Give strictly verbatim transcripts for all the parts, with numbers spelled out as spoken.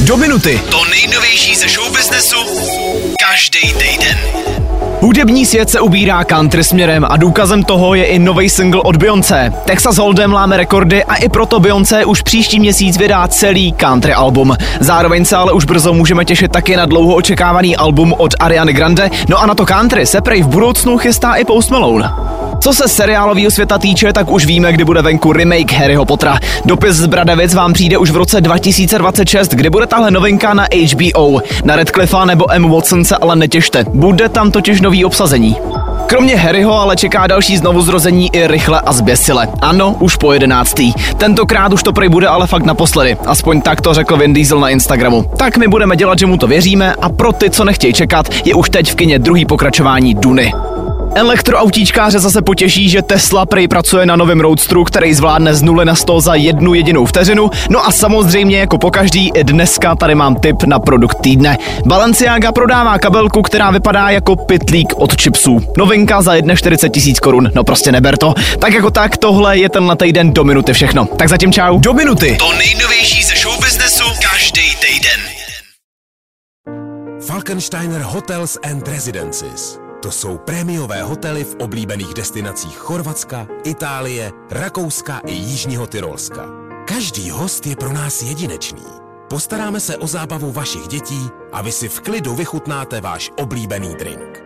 Do minuty. To nejnovější ze showbiznesu každý týden. Hudební svět se ubírá country směrem a důkazem toho je i nový single od Beyoncé. Texas Hold'em láme rekordy a i proto Beyoncé už příští měsíc vydá celý country album. Zároveň se ale už brzo můžeme těšit taky na dlouho očekávaný album od Ariany Grande, no a na to country se prej v budoucnu chystá i Post Malone. Co se seriálového světa týče, tak už víme, kdy bude venku remake Harryho Pottera. Dopis z Bradavic vám přijde už v roce dva tisíce dvacet šest, kdy bude tahle novinka na H B O. Na Radcliffa nebo Emma Watson se ale netěšte, bude tam totiž nový obsazení. Kromě Harryho ale čeká další znovuzrození i rychle a zběsile. Ano, už po jedenáctý. Tentokrát už to prej bude ale fakt naposledy. Aspoň tak to řekl Vin Diesel na Instagramu. Tak my budeme dělat, že mu to věříme, a pro ty, co nechtějí čekat, je už teď v kině druhý pokračování Duny. Elektroautíčkáře zase potěší, že Tesla prej pracuje na novém roadstru, který zvládne z nuly na sto za jednu jedinou vteřinu. No a samozřejmě jako pokaždý i dneska tady mám tip na produkt týdne. Balenciaga prodává kabelku, která vypadá jako pytlík od chipsů. Novinka za čtyřicet tisíc korun, no prostě neber to. Tak jako tak, tohle je tenhle týden Do minuty všechno. Tak zatím čau. Do minuty. To nejnovější ze showbiznesu každý týden. Falkensteiner Hotels and Residences. To jsou prémiové hotely v oblíbených destinacích Chorvatska, Itálie, Rakouska i Jižního Tyrolska. Každý host je pro nás jedinečný. Postaráme se o zábavu vašich dětí a vy si v klidu vychutnáte váš oblíbený drink.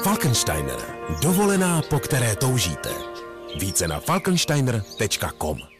Falkensteiner. Dovolená, po které toužíte. Více na falkensteiner tečka com.